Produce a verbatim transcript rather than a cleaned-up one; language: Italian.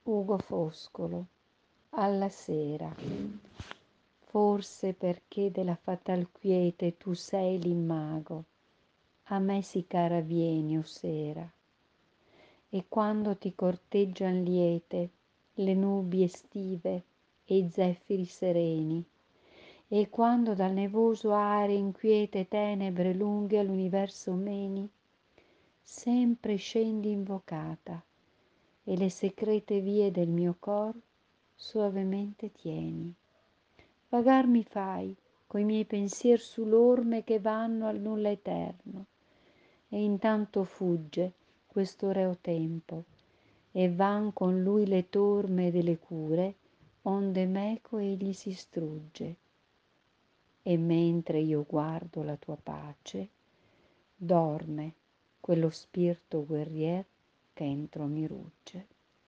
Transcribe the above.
Ugo Foscolo, alla sera. Forse perché della fatal quiete tu sei l'immago, a me sì cara vieni, o sera, e quando ti corteggian liete le nubi estive e i zeffiri sereni, e quando dal nevoso are inquiete tenebre lunghe all'universo meni, sempre scendi invocata, e le secrete vie del mio cor soavemente tieni. Vagar mi fai coi miei pensier sull'orme che vanno al nulla eterno, e intanto fugge questo reo tempo, e van con lui le torme delle cure, onde meco egli si strugge. E mentre io guardo la tua pace, dorme quello spirito guerrier che entro mi rugge.